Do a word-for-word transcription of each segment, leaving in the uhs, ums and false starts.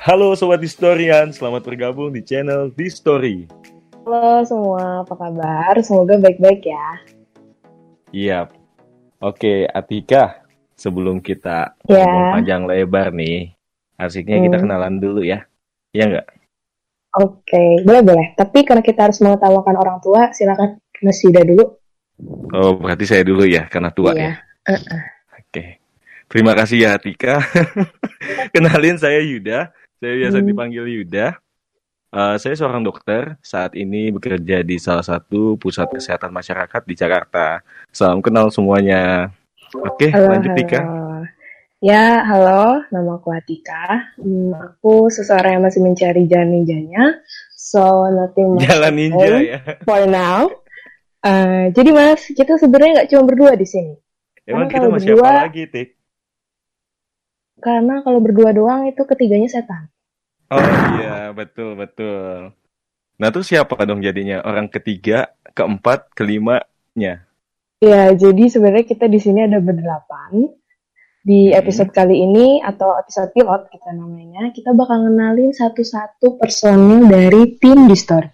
Halo Sobat Historian, selamat bergabung di channel The Story. Halo semua, apa kabar? Semoga baik-baik ya. Iya. Oke, Atika, sebelum kita Ya. ngomong panjang lebar nih, asiknya kita Hmm. kenalan dulu ya. Iya nggak? Oke, boleh-boleh. Tapi karena kita harus mengetawakan orang tua, silakan Mas Yuda dulu. Oh, berarti saya dulu ya, karena tua Iya. ya. Uh-uh. Oke. Terima kasih ya Atika. Kenalin, saya Yuda. Saya biasa Hmm. dipanggil Yuda. Uh, saya seorang dokter, saat ini bekerja di salah satu pusat kesehatan masyarakat di Jakarta. Salam kenal semuanya. Oke, Halo, lanjut Tika. halo. Ya, halo, nama aku Atika. Hmm, aku seseorang yang masih mencari jalan ninjanya. So, nothing much Jalan to ninja say ya. for now. Uh, jadi Mas, kita sebenarnya nggak cuma berdua di sini. Emang Karena kita kalau mau berdua- siapa lagi, Tik? Karena kalau berdua doang itu ketiganya setan. Oh iya, betul, betul. Nah, terus siapa dong jadinya? Orang ketiga, keempat, kelimanya? Ya, jadi sebenarnya kita di sini ada berdelapan. Di Hmm. episode kali ini, atau episode pilot kita namanya, kita bakal ngenalin satu-satu personil dari tim di Story.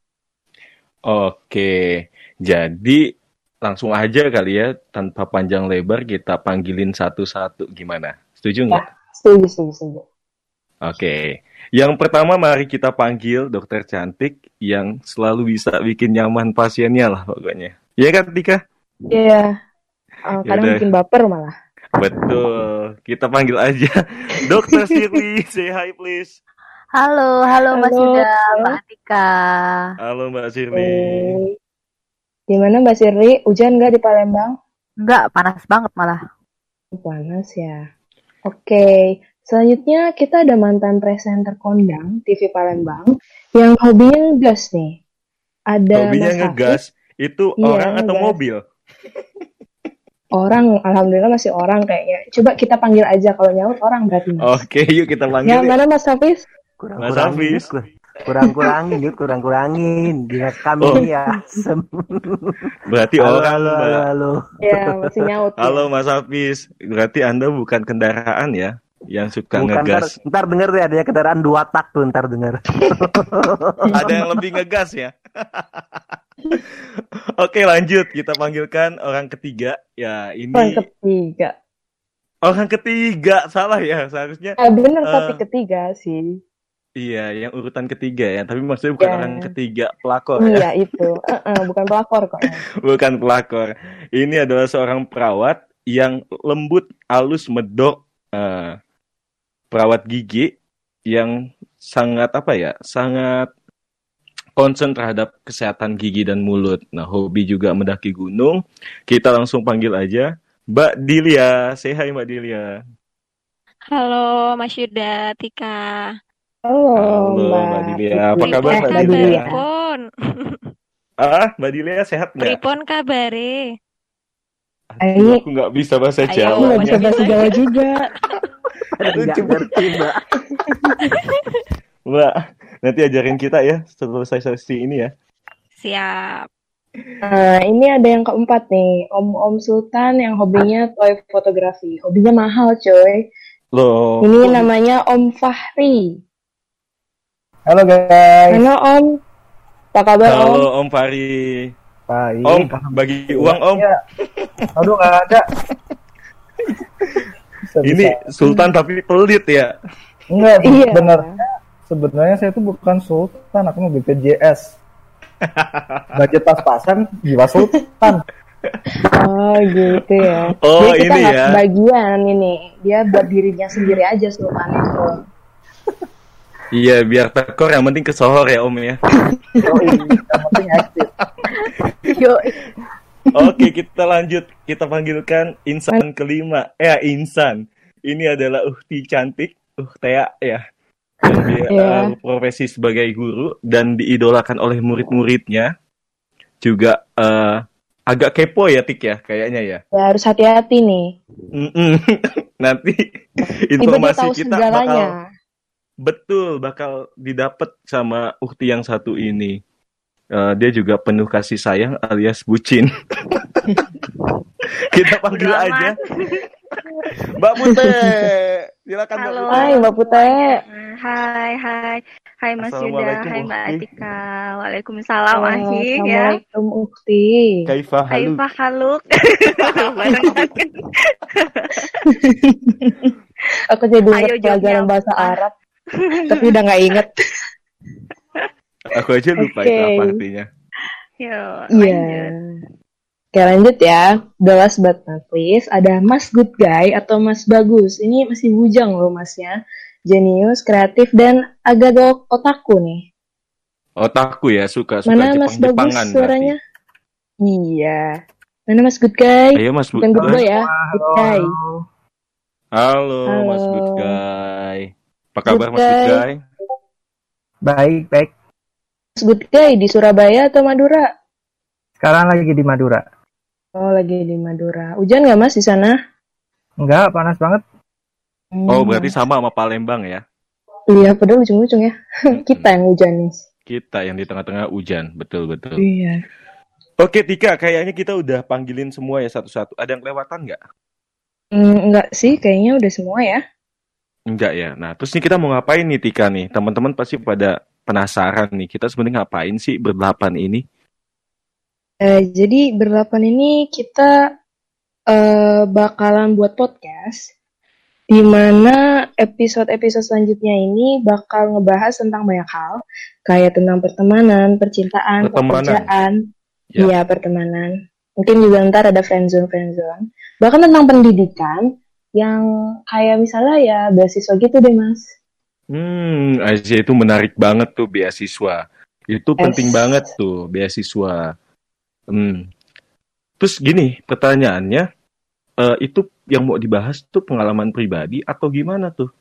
Oke, jadi langsung aja kali ya, tanpa panjang lebar kita panggilin satu-satu. Gimana? Setuju nggak? Ya, setuju, setuju, setuju. Oke, yang pertama mari kita panggil dokter cantik yang selalu bisa bikin nyaman pasiennya lah pokoknya. Iya kan, Tika? Iya, uh, kadang Yaudah. bikin baper malah. Betul, kita panggil aja dokter Shirley. Say hi please. Halo, halo Mas Halo. Yuda, Mbak Atika. Halo Mbak Shirley. Eh, Gimana Mbak Sirli? Hujan nggak di Palembang? Enggak, panas banget malah. Panas ya. Oke, selanjutnya kita ada mantan presenter kondang T V Palembang yang hobinya ngegas nih. Ada Hobinya Mas Hafiz. ngegas, itu Iya, orang atau ngegas. mobil? Orang, alhamdulillah masih orang kayaknya. Coba kita panggil aja, kalau nyaut orang berarti Mas. Oke, yuk kita panggil. Ya, ya. mana Mas Hafiz? Mas Hafiz. Kurang-kurangin, Yud, kurang-kurangin. Dinas kami Oh. ini ya. Berarti Halo, orang, halo, Mbak. halo, halo. Ya, masih nyaut. ya. Halo Mas Hafiz, berarti Anda bukan kendaraan ya yang suka Bukan, ntar, ngegas. ntar denger deh, ada kendaraan dua tak tuh, ntar denger. Ada yang lebih ngegas ya. Oke, lanjut, kita panggilkan orang ketiga. Ya, ini Orang ketiga. orang ketiga, salah ya seharusnya. Eh, bener, Eh. tapi ketiga sih. Iya, yang urutan ketiga ya, tapi maksudnya bukan Ya. orang ketiga pelakor ya. Iya, itu. Uh-uh, bukan pelakor kok. Bukan pelakor. Ini adalah seorang perawat yang lembut, halus, medok, eh, perawat gigi yang sangat apa ya, sangat concern terhadap kesehatan gigi dan mulut. Nah, hobi juga mendaki gunung. Kita langsung panggil aja Mbak Dilia. Say hi Mbak Dilia. Halo Mas Yuda, Tika. Halo, Halo, Mbak Mbak Dilia. Apa Fitri. kabar, Eh, Mbak Mbak Dilia? Dilia. Pripun? Ah, Mbak Dilia sehat nggak? Pripun kabare? Aduh, aku nggak bisa bahasa Ayo, Jawa. Aku nggak bisa Mbak bahasa Dilia. Jawa juga. Aduh, Nggak coba. ngerti, Mbak. Mbak, nanti ajarin kita ya selesai sesi ini ya. Siap. Nah, ini ada yang keempat nih, Om-Om Sultan yang hobinya toy fotografi. Hobinya mahal, coy. Loh. Ini namanya Om Fahri. Halo guys. Halo Om. Apa kabar Om? Halo Om Fahri. Baik. Om, bagi uang Om. Ya. Aduh nggak ada. Bisa-bisa. Ini Sultan tapi pelit ya. enggak Iya. bener. Sebenarnya saya itu bukan sultan, aku mau B P J S. Budget pas-pasan, jiwa sultan. Oh gitu ya. Oh, Jadi kita ini nggak ya. kebagian ini. Dia buat dirinya sendiri aja Sultan itu. Iya, biar tekor yang penting kesohor ya Om ya. Oh, yang penting aktif. Yo, Oke, kita lanjut. Kita panggilkan insan kelima. Eh, insan. Ini adalah Uhti cantik, Uhtea ya. Dan dia Iya. eh, profesi sebagai guru dan diidolakan oleh murid-muridnya. Juga eh, agak kepo ya Tik ya, kayaknya ya. ya harus hati-hati nih. Mm-mm. Nanti Tiba dia informasi tahu kita segalanya. bakal betul bakal didapat sama Uhti yang satu ini. Eh, dia juga penuh kasih sayang alias bucin. Kita panggil Bodo aja amat. Mbak Putih. Silakan Mbak Halo. Putih. Hai Mbak Putih. Hai, hai. Hai Mas Yuda, Assalamualaikum, hai Mbak Ukti. Atika. Waalaikumsalam Ahi ya. Assalamualaikum Ukti. Kaifa Hai haluk? Pak Haluk. Barengan kan. Aku jadi Ayo ingat pelajaran jawabnya bahasa apa? Arab, tapi udah nggak inget. Aku aja lupa Oke. itu apa artinya. Yuk, Iya. lanjut. Oke lanjut ya. The last but not least ada Mas Good Guy atau Mas Bagus. Ini masih bujang loh masnya. Jenius, kreatif, dan agak otaku nih. Otakku ya suka suka Mana Mas Bagus Jepang-Jepangan suaranya? Iya. Mana Mas Good Guy? Ayo Mas Bu- Bukan Good Boy ya, Halo, Good Guy. Halo, Halo. Mas Good Guy. Apa kabar Good Mas Good Guy. Guy? Baik, baik. Mas Good Guy di Surabaya atau Madura? Sekarang lagi di Madura. Oh lagi di Madura. Hujan nggak Mas di sana? Enggak, panas banget. Oh, Hmm. berarti sama sama Palembang ya. Iya, padahal ujung-ujung ya. Kita yang hujan nih. Kita yang di tengah-tengah hujan, betul-betul. Iya. Oke, Tika, kayaknya kita udah panggilin semua ya satu-satu. Ada yang kelewatan nggak? Hmm, enggak sih, kayaknya udah semua ya. Enggak ya. Nah, terus nih kita mau ngapain nih, Tika nih? Teman-teman pasti pada penasaran nih. Kita sebenarnya ngapain sih berdelapan ini? Eh, jadi berdelapan ini kita eh, bakalan buat podcast di mana episode-episode selanjutnya ini bakal ngebahas tentang banyak hal kayak tentang pertemanan, percintaan, Pertemanan. pekerjaan, Ya. iya pertemanan. Mungkin juga ntar ada friendzone friendzone. Bahkan tentang pendidikan yang kayak misalnya ya beasiswa gitu deh Mas. Hmm, Asia itu menarik banget tuh beasiswa. Itu penting Yes. banget tuh beasiswa. Hmm. Terus gini, pertanyaannya, eh, itu yang mau dibahas tuh pengalaman pribadi atau gimana tuh?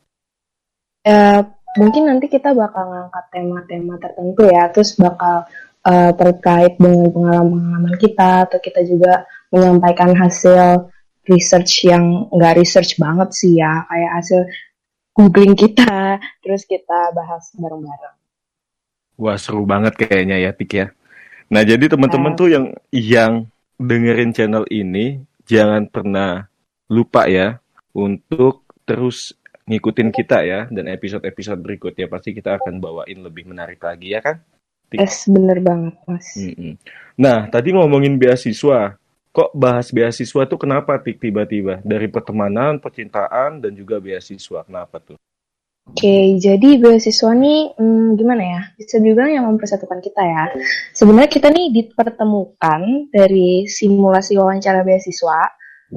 Ya, mungkin nanti kita bakal ngangkat tema-tema tertentu ya, terus bakal eh, terkait dengan pengalaman-pengalaman kita, atau kita juga menyampaikan hasil research yang nggak research banget sih ya, kayak hasil googling kita, terus kita bahas bareng-bareng. Wah, seru banget kayaknya ya, Tik ya. Nah, jadi teman-teman tuh yang yang dengerin channel ini jangan pernah lupa ya untuk terus ngikutin kita ya, dan episode-episode berikutnya pasti kita akan bawain lebih menarik lagi ya kan? Yes, bener banget Mas. Mm-mm. Nah, tadi ngomongin beasiswa. Kok bahas beasiswa tuh kenapa, Tik, tiba-tiba? Dari pertemanan, percintaan, dan juga beasiswa. Kenapa tuh? Oke, jadi beasiswa nih hmm, gimana ya? Bisa dibilang yang mempersatukan kita ya. Sebenarnya kita nih dipertemukan dari simulasi wawancara beasiswa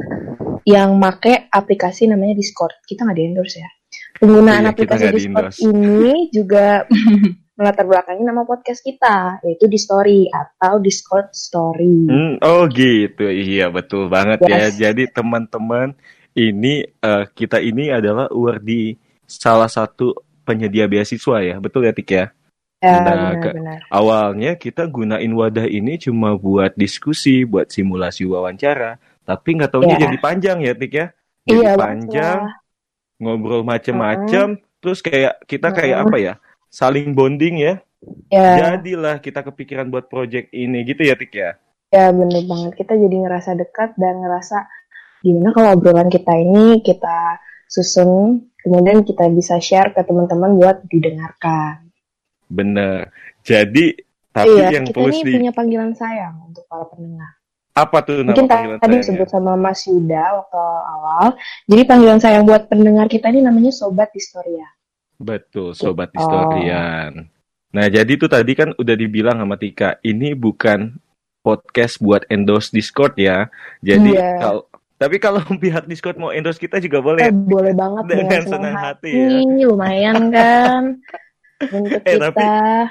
yang make aplikasi namanya Discord. Kita nggak di-endorse ya. Penggunaan Iya, kita aplikasi nggak Discord di-endorse. ini juga melatar belakangi nama podcast kita, yaitu di Story atau Discord Story. Hmm, oh gitu, iya betul banget Yes. ya. Jadi teman-teman, ini eh, kita ini adalah award di salah satu penyedia beasiswa ya, betul ya Tik ya? Ya, Nah, ke- benar-benar. awalnya kita gunain wadah ini cuma buat diskusi, buat simulasi wawancara, tapi nggak taunya Ya. jadi panjang ya Tik ya? Jadi Iya, panjang, betul. ngobrol macem-macem, terus kayak kita kayak Mm-mm. apa ya? Saling bonding ya. Ya, Jadilah kita kepikiran buat project ini gitu ya Tik ya? ya bener banget. Kita jadi ngerasa dekat dan ngerasa gimana kalau obrolan kita ini kita susun, kemudian kita bisa share ke teman-teman buat didengarkan. Bener. Jadi, tapi Iya, yang kita perlu ini di punya panggilan sayang untuk para pendengar. apa tuh nama Mungkin panggilan tadi sayangnya? disebut sama Mas Yuda waktu awal. Jadi panggilan sayang buat pendengar kita ini namanya Sobat Historia. Betul, Sobat Oh. Historian. Nah, jadi tuh tadi kan udah dibilang sama Tika, ini bukan podcast buat endorse Discord ya. Jadi Iya. kalau tapi kalau pihak Discord mau endorse kita juga boleh. Eh, boleh banget Dengan dengan senang senang hati, hati. ya. Lumayan kan untuk Eh, kita. tapi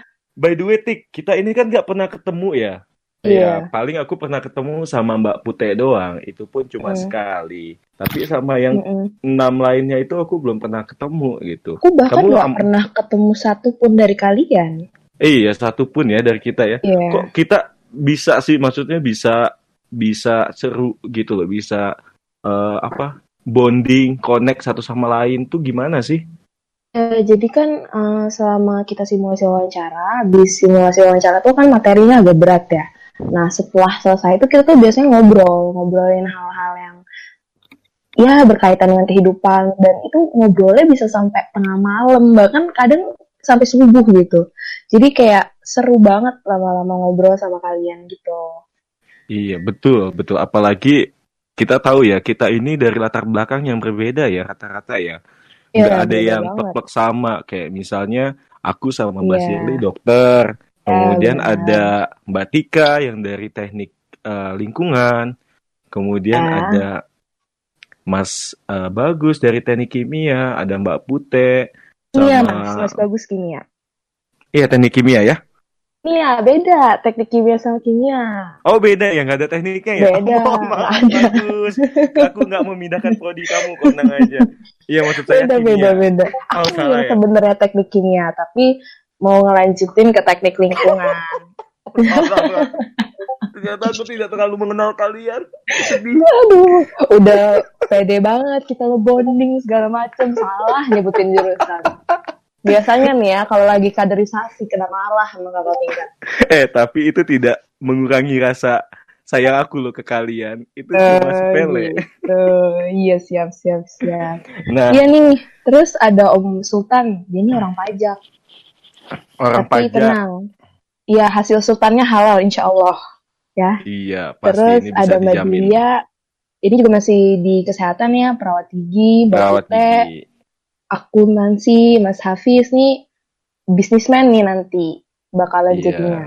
By the way, Tik, kita ini kan nggak pernah ketemu ya. Iya. Ya, paling aku pernah ketemu sama Mbak Putih doang, itu pun cuma Hmm. sekali. Tapi sama yang Mm-mm. enam lainnya itu aku belum pernah ketemu gitu. Aku bahkan Kamu nggak am- pernah ketemu satu pun dari kalian. Eh, iya, satu pun ya dari kita ya. Iya. Kok kita bisa sih, maksudnya bisa bisa seru gitu loh, bisa eh, apa bonding, connect satu sama lain tuh gimana sih? Eh, jadi kan eh, selama kita simulasi wawancara, habis simulasi wawancara tuh kan materinya agak berat ya. Nah setelah selesai itu kita tuh biasanya ngobrol, ngobrolin hal-hal yang ya berkaitan dengan kehidupan, dan itu ngobrolnya bisa sampai tengah malam, bahkan kadang sampai subuh gitu. Jadi kayak seru banget lama-lama ngobrol sama kalian gitu. Iya, betul, betul. Apalagi kita tahu ya, kita ini dari latar belakang yang berbeda ya, rata-rata ya. Ya, Nggak ada beda yang banget. plek-plek sama. Kayak misalnya aku sama Mbak Iya. Shirley dokter. Kemudian benar. ada Mbak Tika yang dari teknik eh, lingkungan. Kemudian Ya. ada Mas eh, Bagus dari teknik kimia. Ada Mbak Pute. Iya, Sama... Mas, Mas Bagus kimia. Iya, teknik kimia ya? Iya, beda teknik kimia sama kimia. Oh, beda ya? Nggak ada tekniknya ya? Beda, Oh, nggak maaf, ada. Bagus. Aku nggak memindahkan prodi kamu, kok tenang aja. Iya, maksud saya Beda, kimia. beda, beda. Oh, Aku salah yang ya? sebenarnya teknik kimia, tapi mau ngelanjutin ke teknik lingkungan. Salah. Ternyata aku tidak terlalu mengenal kalian. Sedih. Aduh, udah pede banget kita ngebonding segala macam, salah nyebutin jurusan. Biasanya nih ya, kalau lagi kaderisasi kena marah sama kakak tingkat. Eh, tapi itu tidak mengurangi rasa sayang aku loh ke kalian. Itu cuma sepele. Gitu. Iya, siap, siap, siap. Nah, Iya nih, terus ada Om Sultan, dia ini orang pajak. orang Tapi pajak. tenang, iya hasil sultannya halal insya Allah. Ya. Iya, pasti Terus ini bisa ada Mbak dijamin. Julia, ini juga masih di kesehatan ya, perawat gigi, Mbak Perawat Pute, gigi. akuntansi, Mas Hafiz nih bisnismen nih nanti bakalan Iya. jadinya.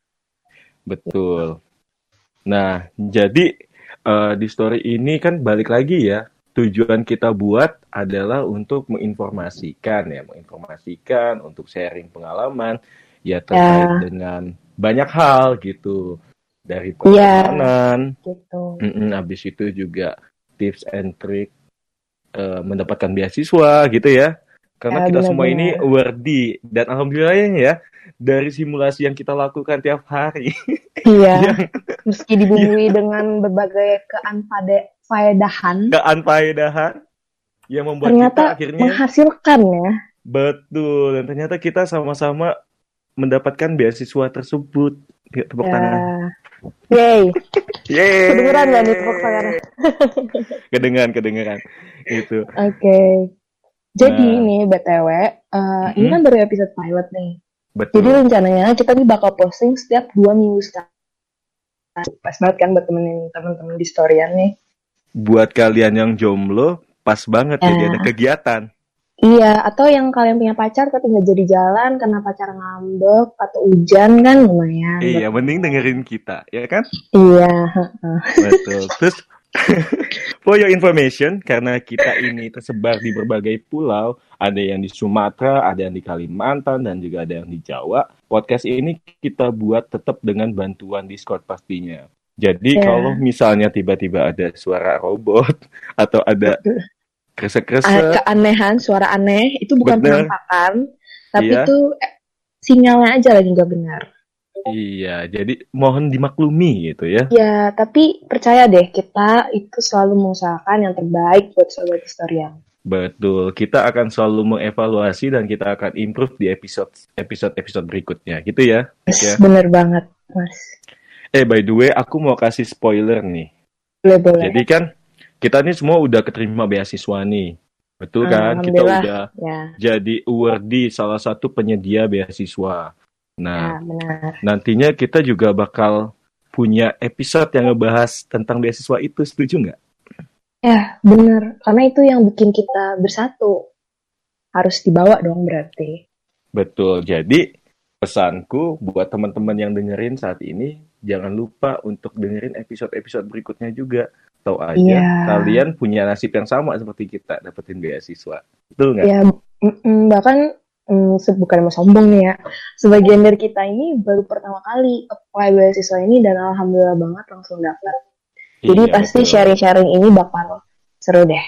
Betul. Nah, jadi eh, di story ini kan balik lagi ya, tujuan kita buat adalah untuk menginformasikan ya, menginformasikan untuk sharing pengalaman ya terkait Ya. dengan banyak hal gitu, dari Iya. perjalanan, Gitu. mm-mm, habis itu juga tips and trick eh, mendapatkan beasiswa gitu ya. Karena Ya, kita semua ini benar-benar. worthy dan alhamdulillah ya dari simulasi yang kita lakukan tiap hari. Iya. Meski dibumbui dengan berbagai keanfaedahan, Keanfaedahan yang membuat ternyata kita akhirnya menghasilkan ya. betul, dan ternyata kita sama-sama mendapatkan beasiswa tersebut. Yuk, tepuk Ya. tangan. Yeay. Yeay. Kedengeran nggak nih tepuk tangannya? Kedengeran, kedengeran. Itu. Oke. Jadi Nah. nih B T W, uh, ini Mhm. kan baru episode pilot nih. Betul. Jadi rencananya kita nih bakal posting setiap dua minggu sekali. Pas banget kan buat temenin temen-temen di storyan nih. Buat kalian yang jomblo, pas banget Ya. jadi ada kegiatan. Iya, atau yang kalian punya pacar tapi nggak jadi jalan karena pacar ngambek atau hujan kan lumayan. Iya, mending dengerin kita, ya kan? Iya. Betul. Terus for your information, karena kita ini tersebar di berbagai pulau, ada yang di Sumatera, ada yang di Kalimantan, dan juga ada yang di Jawa. Podcast ini kita buat tetap dengan bantuan Discord pastinya. Jadi Ya. kalau misalnya tiba-tiba ada suara robot atau ada Ah, kresek-kresek, keanehan, suara aneh itu bukan Bener. penampakan, tapi Iya. itu eh, sinyalnya aja lagi nggak benar. iya, jadi mohon dimaklumi gitu ya. Ya, tapi percaya deh, kita itu selalu mengusahakan yang terbaik buat sobat historian. Betul, kita akan selalu mengevaluasi dan kita akan improve di episode episode episode berikutnya, gitu ya. Yes, Ya. bener banget, Mas. Eh, by the way, aku mau kasih spoiler nih. Boleh-boleh. Jadi kan kita nih semua udah keterima beasiswa nih, betul kan? Kita Alhamdulillah. udah Ya, jadi awardee salah satu penyedia beasiswa. ya, Nah, benar. nantinya kita juga bakal punya episode yang ngebahas tentang beasiswa itu, setuju nggak? Ya, bener. Karena itu yang bikin kita bersatu. Harus dibawa dong berarti. Betul. Jadi pesanku buat teman-teman yang dengerin saat ini, jangan lupa untuk dengerin episode-episode berikutnya juga. Tahu aja Iya. kalian punya nasib yang sama seperti kita, dapetin beasiswa. Betul nggak? Ya, mm-mm, bahkan mm, se- bukan mau sombong nih ya. Sebagian dari kita ini baru pertama kali apply beasiswa ini dan alhamdulillah banget langsung dapat. Jadi Iya, pasti betul. sharing-sharing ini bakal seru deh.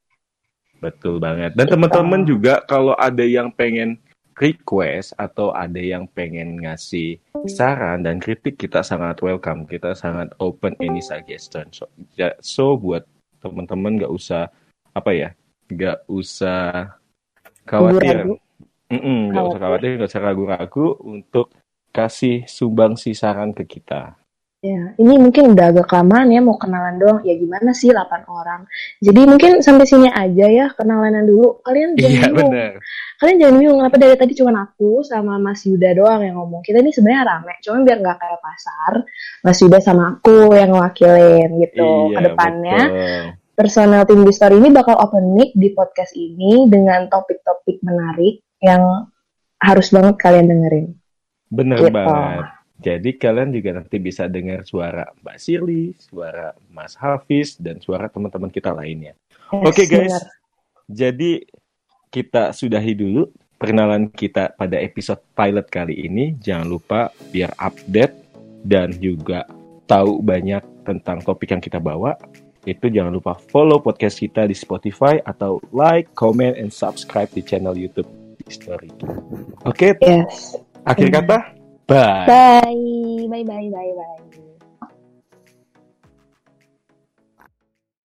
Betul banget. Dan Gitu. teman-teman juga kalau ada yang pengen request atau ada yang pengen ngasih saran dan kritik, kita sangat welcome. Kita sangat open any suggestion. So, ja- so buat teman-teman nggak usah apa ya, nggak usah khawatir. Ragu-ragu. Mm-mm, nggak usah khawatir, nggak usah ragu-ragu untuk kasih sumbangsi saran ke kita. Ya, ini mungkin udah agak kelamaan ya mau kenalan doang. Ya gimana sih delapan orang. Jadi mungkin sampai sini aja ya kenalannya dulu. Kalian jangan Iya bingung. benar. Kalian jangan bingung kenapa dari tadi cuma aku sama Mas Yuda doang yang ngomong. Kita ini sebenarnya rame, cuma biar nggak kayak pasar. Mas Yuda sama aku yang ngewakilin gitu. Iya Kedepannya betul. personal tim di story ini bakal open mic di podcast ini dengan topik-topik menarik yang harus banget kalian dengerin. Bener Gitu. banget. Jadi kalian juga nanti bisa dengar suara Mbak Sirli, suara Mas Hafiz, dan suara teman-teman kita lainnya. Yes, Oke guys, bener. jadi kita sudahi dulu perkenalan kita pada episode pilot kali ini. Jangan lupa biar update dan juga tahu banyak tentang topik yang kita bawa. Itu jangan lupa follow podcast kita di Spotify atau like, comment, and subscribe di channel YouTube Story. Oke, Yes. akhir kata, bye. Bye. Bye bye bye bye.